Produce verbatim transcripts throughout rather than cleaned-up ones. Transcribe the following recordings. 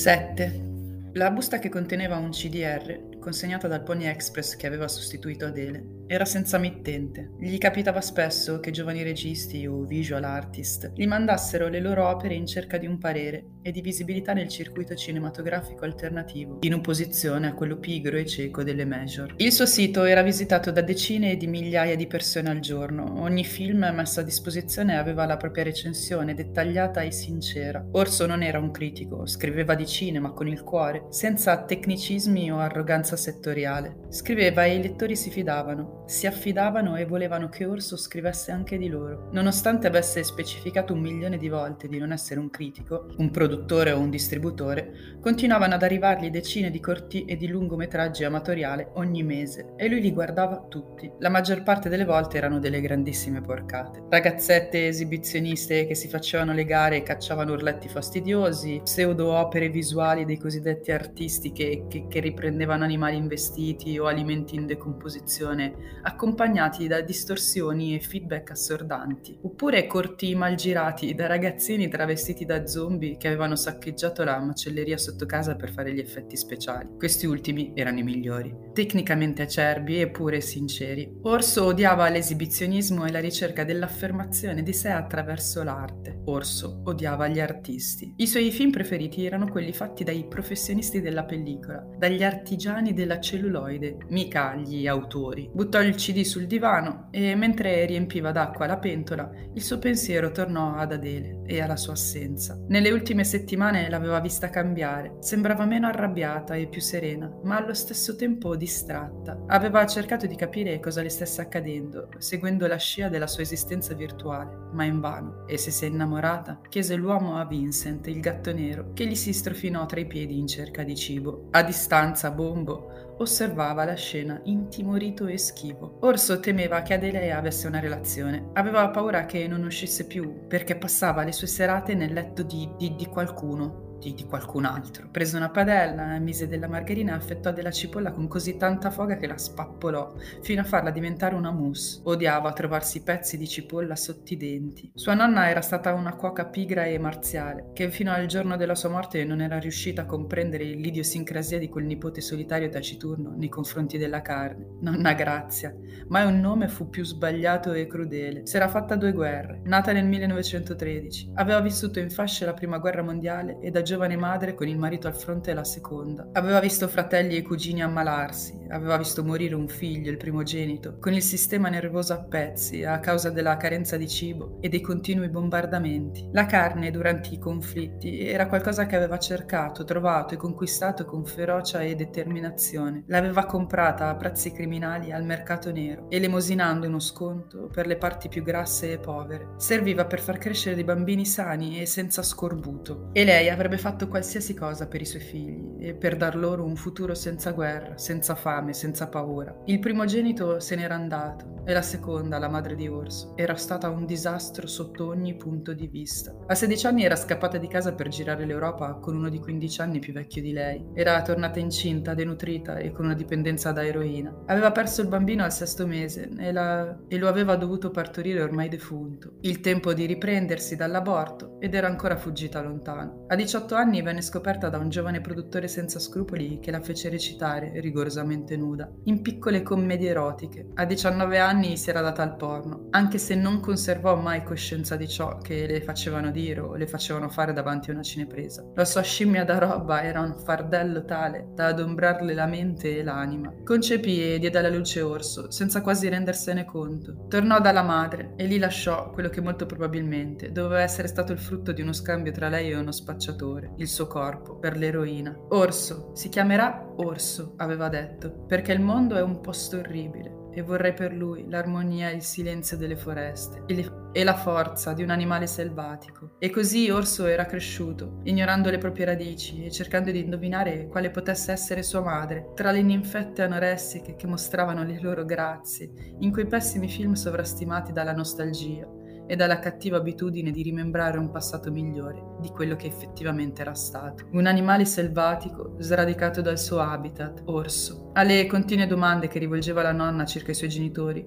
sette. La busta che conteneva un C D R, consegnata dal Pony Express che aveva sostituito Adele, era senza mittente. Gli capitava spesso che giovani registi o visual artist gli mandassero le loro opere in cerca di un parere e di visibilità nel circuito cinematografico alternativo, in opposizione a quello pigro e cieco delle major. Il suo sito era visitato da decine di migliaia di persone al giorno. Ogni film messo a disposizione aveva la propria recensione dettagliata e sincera. Orso non era un critico, scriveva di cinema con il cuore, senza tecnicismi o arroganza settoriale. Scriveva e i lettori si fidavano, si affidavano e volevano che Orso scrivesse anche di loro. Nonostante avesse specificato un milione di volte di non essere un critico, un produttore o un distributore, continuavano ad arrivargli decine di corti e di lungometraggi amatoriali ogni mese e lui li guardava tutti. La maggior parte delle volte erano delle grandissime porcate. Ragazzette esibizioniste che si facevano le gare e cacciavano urletti fastidiosi, pseudo opere visuali dei cosiddetti artisti che, che, che riprendevano animali investiti o alimenti in decomposizione, accompagnati da distorsioni e feedback assordanti, oppure corti mal girati da ragazzini travestiti da zombie che avevano saccheggiato la macelleria sotto casa per fare gli effetti speciali. Questi ultimi erano i migliori, tecnicamente acerbi eppure sinceri. Orso odiava l'esibizionismo e la ricerca dell'affermazione di sé attraverso l'arte. Orso odiava gli artisti. I suoi film preferiti erano quelli fatti dai professionisti della pellicola, dagli artigiani della celluloide, mica gli autori. Buttò il C D sul divano e, mentre riempiva d'acqua la pentola, il suo pensiero tornò ad Adele e alla sua assenza. Nelle ultime settimane l'aveva vista cambiare, sembrava meno arrabbiata e più serena, ma allo stesso tempo distratta. Aveva cercato di capire cosa le stesse accadendo, seguendo la scia della sua esistenza virtuale, ma invano. E se si è innamorata? Chiese l'uomo a Vincent, il gatto nero, che gli si strofinò tra i piedi in cerca di cibo. A distanza, Bombo osservava la scena intimorito e schivo. Orso temeva che Adele avesse una relazione. Aveva paura che non uscisse più, perché passava le sue serate nel letto di, di, di qualcuno. Di, di qualcun altro. Prese una padella, mise della margherina e affettò della cipolla con così tanta foga che la spappolò, fino a farla diventare una mousse. Odiava trovarsi pezzi di cipolla sotto i denti. Sua nonna era stata una cuoca pigra e marziale, che fino al giorno della sua morte non era riuscita a comprendere l'idiosincrasia di quel nipote solitario e taciturno nei confronti della carne. Nonna Grazia. Mai un nome fu più sbagliato e crudele. S'era fatta due guerre. Nata nel millenovecentotredici. Aveva vissuto in fasce la prima guerra mondiale e da giovane madre con il marito al fronte la seconda. Aveva visto fratelli e cugini ammalarsi, aveva visto morire un figlio, il primogenito, con il sistema nervoso a pezzi a causa della carenza di cibo e dei continui bombardamenti. La carne durante i conflitti era qualcosa che aveva cercato, trovato e conquistato con ferocia e determinazione. L'aveva comprata a prezzi criminali al mercato nero, elemosinando uno sconto per le parti più grasse e povere. Serviva per far crescere dei bambini sani e senza scorbuto. E lei avrebbe fatto qualsiasi cosa per i suoi figli e per dar loro un futuro senza guerra, senza fame, senza paura. Il primogenito se n'era andato e la seconda, la madre di Orso, era stata un disastro sotto ogni punto di vista. A sedici anni era scappata di casa per girare l'Europa con uno di quindici anni più vecchio di lei. Era tornata incinta, denutrita e con una dipendenza da eroina. Aveva perso il bambino al sesto mese e, la... e lo aveva dovuto partorire ormai defunto. Il tempo di riprendersi dall'aborto ed era ancora fuggita lontano. A diciotto anni venne scoperta da un giovane produttore senza scrupoli che la fece recitare, rigorosamente nuda, in piccole commedie erotiche. A diciannove anni si era data al porno, anche se non conservò mai coscienza di ciò che le facevano dire o le facevano fare davanti a una cinepresa. La sua scimmia da roba era un fardello tale da adombrarle la mente e l'anima. Concepì e diede alla luce Orso, senza quasi rendersene conto. Tornò dalla madre e lì lasciò quello che molto probabilmente doveva essere stato il frutto di uno scambio tra lei e uno spacciatore, il suo corpo, per l'eroina. Orso, si chiamerà Orso, aveva detto, perché il mondo è un posto orribile e vorrei per lui l'armonia e il silenzio delle foreste e, le, e la forza di un animale selvatico. E così Orso era cresciuto, ignorando le proprie radici e cercando di indovinare quale potesse essere sua madre, tra le ninfette anoressiche che mostravano le loro grazie in quei pessimi film sovrastimati dalla nostalgia e dalla cattiva abitudine di rimembrare un passato migliore di quello che effettivamente era stato. Un animale selvatico sradicato dal suo habitat, Orso. Alle continue domande che rivolgeva la nonna circa i suoi genitori,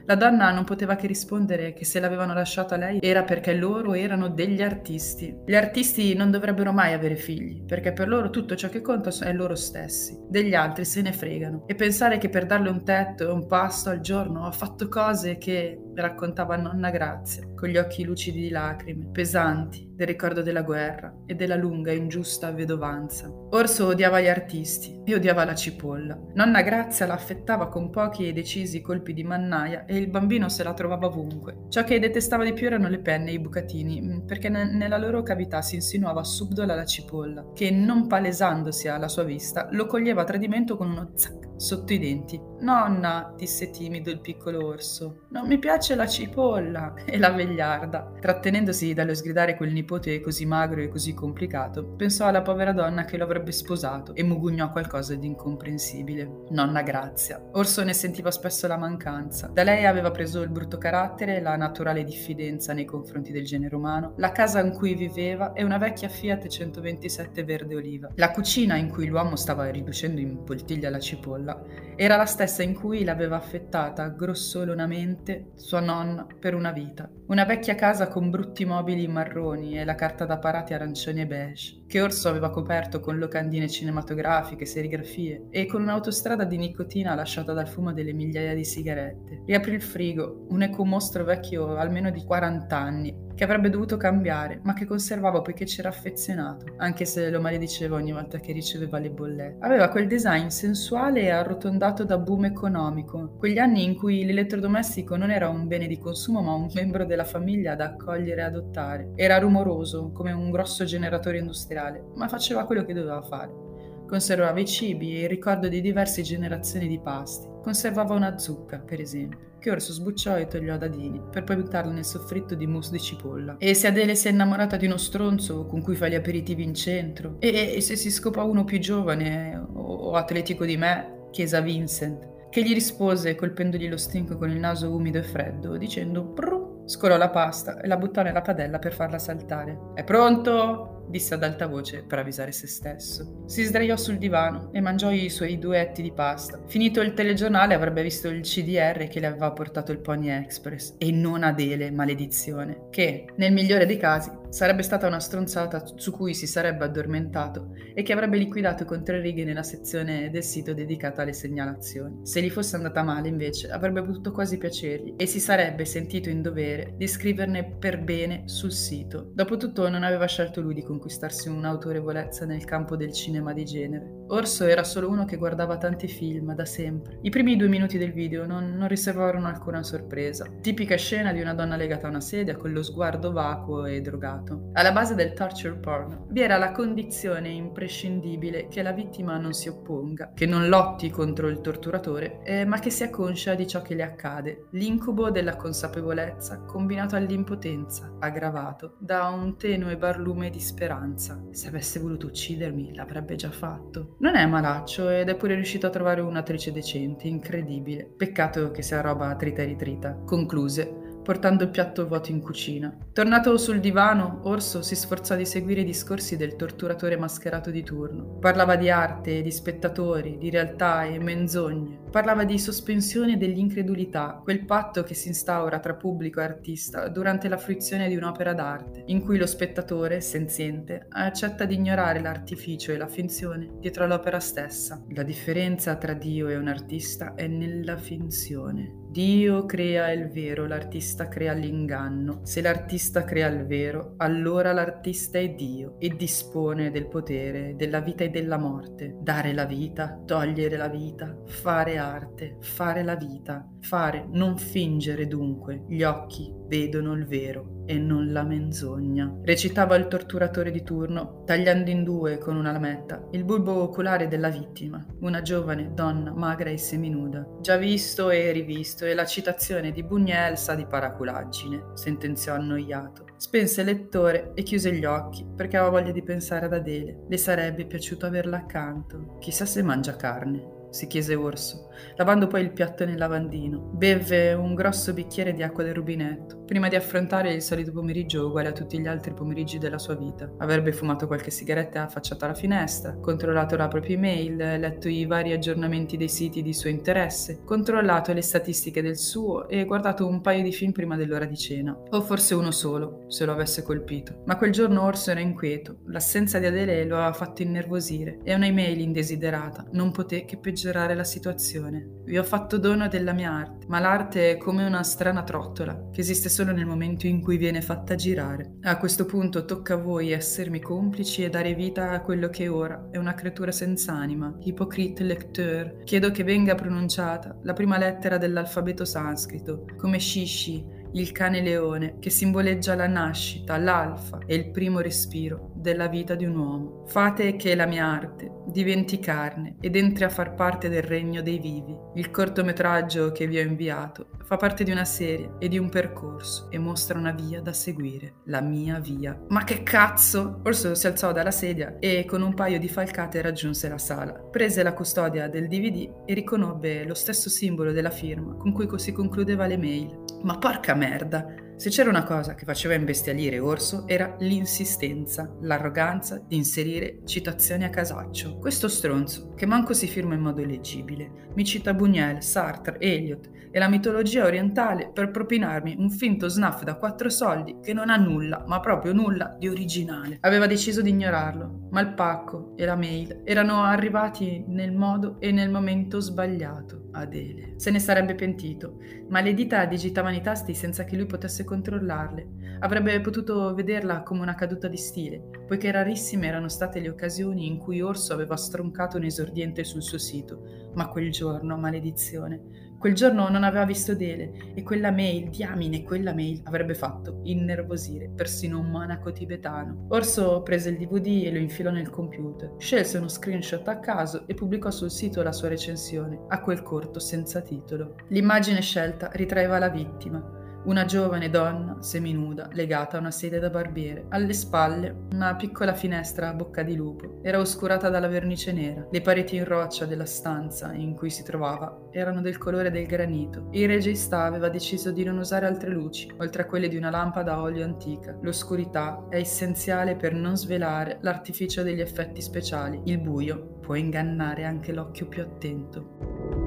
La donna non poteva che rispondere che se l'avevano lasciata lei era perché loro erano degli artisti. Gli artisti non dovrebbero mai avere figli, perché per loro tutto ciò che conta è loro stessi. Degli altri se ne fregano. E pensare che per darle un tetto e un pasto al giorno ha fatto cose che, raccontava nonna Grazia, con gli occhi lucidi di lacrime, pesanti, del ricordo della guerra e della lunga e ingiusta vedovanza. Orso odiava gli artisti e odiava la cipolla. Nonna Grazia la affettava con pochi e decisi colpi di mannaia e il bambino se la trovava ovunque. Ciò che detestava di più erano le penne e i bucatini, perché ne- nella loro cavità si insinuava subdola la cipolla, che non palesandosi alla sua vista lo coglieva a tradimento con uno zac sotto i denti. «Nonna», disse timido il piccolo orso, «non mi piace la cipolla!» E la vegliarda, trattenendosi dallo sgridare quel nipote così magro e così complicato, pensò alla povera donna che lo avrebbe sposato e mugugnò qualcosa di incomprensibile. Nonna Grazia. Orso ne sentiva spesso la mancanza. Da lei aveva preso il brutto carattere, la naturale diffidenza nei confronti del genere umano, la casa in cui viveva e una vecchia Fiat centoventisette verde oliva. La cucina in cui l'uomo stava riducendo in poltiglia la cipolla era la stessa in cui l'aveva affettata grossolanamente sua nonna per una vita. Una vecchia casa con brutti mobili marroni e la carta da parati arancioni e beige, che Orso aveva coperto con locandine cinematografiche, serigrafie e con un'autostrada di nicotina lasciata dal fumo delle migliaia di sigarette. Riaprì il frigo, un ecomostro vecchio almeno di quaranta anni, che avrebbe dovuto cambiare, ma che conservava poiché c'era affezionato, anche se lo malediceva ogni volta che riceveva le bollette. Aveva quel design sensuale e arrotondato da boom economico, quegli anni in cui l'elettrodomestico non era un bene di consumo ma un membro della famiglia da accogliere e adottare. Era rumoroso, come un grosso generatore industriale, ma faceva quello che doveva fare. Conservava i cibi e il ricordo di diverse generazioni di pasti. Conservava una zucca, per esempio, che Orso sbucciò e togliò a dadini, per poi buttarla nel soffritto di mousse di cipolla. E se Adele si è innamorata di uno stronzo con cui fa gli aperitivi in centro? E, e se si scopa uno più giovane o, o atletico di me? Chiese a Vincent, che gli rispose colpendogli lo stinco con il naso umido e freddo, dicendo «Brrr». Scolò la pasta e la buttò nella padella per farla saltare. «È pronto?» disse ad alta voce per avvisare se stesso. Si sdraiò sul divano e mangiò i suoi due etti di pasta. Finito il telegiornale avrebbe visto il C D R che le aveva portato il Pony Express e non Adele, maledizione, che, nel migliore dei casi, sarebbe stata una stronzata su cui si sarebbe addormentato e che avrebbe liquidato con tre righe nella sezione del sito dedicata alle segnalazioni. Se gli fosse andata male, invece, avrebbe potuto quasi piacergli e si sarebbe sentito in dovere di scriverne per bene sul sito. Dopotutto non aveva scelto lui di conquistarsi un'autorevolezza nel campo del cinema di genere. Orso era solo uno che guardava tanti film da sempre. I primi due minuti del video non, non riservarono alcuna sorpresa. Tipica scena di una donna legata a una sedia con lo sguardo vacuo e drogato. Alla base del torture porn vi era la condizione imprescindibile che la vittima non si opponga, che non lotti contro il torturatore, eh, ma che sia conscia di ciò che le accade. L'incubo della consapevolezza combinato all'impotenza, aggravato da un tenue barlume di speranza. Se avesse voluto uccidermi, l'avrebbe già fatto. Non è malaccio ed è pure riuscito a trovare un'attrice decente, incredibile. Peccato che sia roba trita e ritrita. Concluse, portando il piatto vuoto in cucina. Tornato sul divano, Orso si sforzò di seguire i discorsi del torturatore mascherato di turno. Parlava di arte, di spettatori, di realtà e menzogne. Parlava di sospensione e dell'incredulità, quel patto che si instaura tra pubblico e artista durante la fruizione di un'opera d'arte, in cui lo spettatore, senziente, accetta di ignorare l'artificio e la finzione dietro all'opera stessa. La differenza tra Dio e un artista è nella finzione. Dio crea il vero, l'artista crea l'inganno. Se l'artista crea il vero, allora l'artista è Dio e dispone del potere, della vita e della morte. Dare la vita, togliere la vita, fare arte, fare la vita, fare, non fingere dunque. Gli occhi vedono il vero e non la menzogna. Recitava il torturatore di turno, tagliando in due con una lametta il bulbo oculare della vittima, una giovane donna magra e seminuda. Già visto e rivisto, e la citazione di Buñuel sa di paraculaggine, sentenziò annoiato. Spense il lettore e chiuse gli occhi perché aveva voglia di pensare ad Adele. Le sarebbe piaciuto averla accanto. Chissà se mangia carne. si chiese Orso, lavando poi il piatto nel lavandino. Bevve un grosso bicchiere di acqua del rubinetto, prima di affrontare il solito pomeriggio uguale a tutti gli altri pomeriggi della sua vita. Avrebbe fumato qualche sigaretta affacciata alla finestra, controllato la propria email, letto i vari aggiornamenti dei siti di suo interesse, controllato le statistiche del suo e guardato un paio di film prima dell'ora di cena. O forse uno solo, se lo avesse colpito. Ma quel giorno Orso era inquieto, l'assenza di Adele lo aveva fatto innervosire e una email indesiderata non poté che peggiorare la situazione. Vi ho fatto dono della mia arte, ma l'arte è come una strana trottola che esiste solo nel momento in cui viene fatta girare. A questo punto tocca a voi essermi complici e dare vita a quello che ora è una creatura senza anima. Hypocrite lecteur, chiedo che venga pronunciata la prima lettera dell'alfabeto sanscrito, come Shishi, il cane leone, che simboleggia la nascita, l'alfa e il primo respiro della vita di un uomo. Fate che la mia arte diventi carne ed entri a far parte del regno dei vivi. Il cortometraggio che vi ho inviato fa parte di una serie e di un percorso e mostra una via da seguire, la mia via. Ma che cazzo? Orso si alzò dalla sedia e con un paio di falcate raggiunse la sala. Prese la custodia del D V D e riconobbe lo stesso simbolo della firma con cui si concludeva l'email. Ma porca merda! Se c'era una cosa che faceva imbestialire Orso era l'insistenza, l'arroganza di inserire citazioni a casaccio. Questo stronzo, che manco si firma in modo leggibile, mi cita Buñuel, Sartre, Eliot e la mitologia orientale per propinarmi un finto snuff da quattro soldi che non ha nulla, ma proprio nulla, di originale. Aveva deciso di ignorarlo, ma il pacco e la mail erano arrivati nel modo e nel momento sbagliato. Adele. Se ne sarebbe pentito, ma le dita digitavano i tasti senza che lui potesse controllarle. Avrebbe potuto vederla come una caduta di stile, poiché rarissime erano state le occasioni in cui Orso aveva stroncato un esordiente sul suo sito. Ma quel giorno, maledizione, quel giorno non aveva visto Adele e quella mail, diamine, quella mail avrebbe fatto innervosire persino un monaco tibetano. Orso prese il D V D e lo infilò nel computer, scelse uno screenshot a caso e pubblicò sul sito la sua recensione a quel corto senza titolo. L'immagine scelta ritraeva la vittima, una giovane donna seminuda legata a una sedia da barbiere. Alle spalle una piccola finestra a bocca di lupo era oscurata dalla vernice nera. Le pareti in roccia della stanza in cui si trovava erano del colore del granito. Il regista aveva deciso di non usare altre luci, oltre a quelle di una lampada a olio antica. L'oscurità è essenziale per non svelare l'artificio degli effetti speciali. Il buio può ingannare anche l'occhio più attento.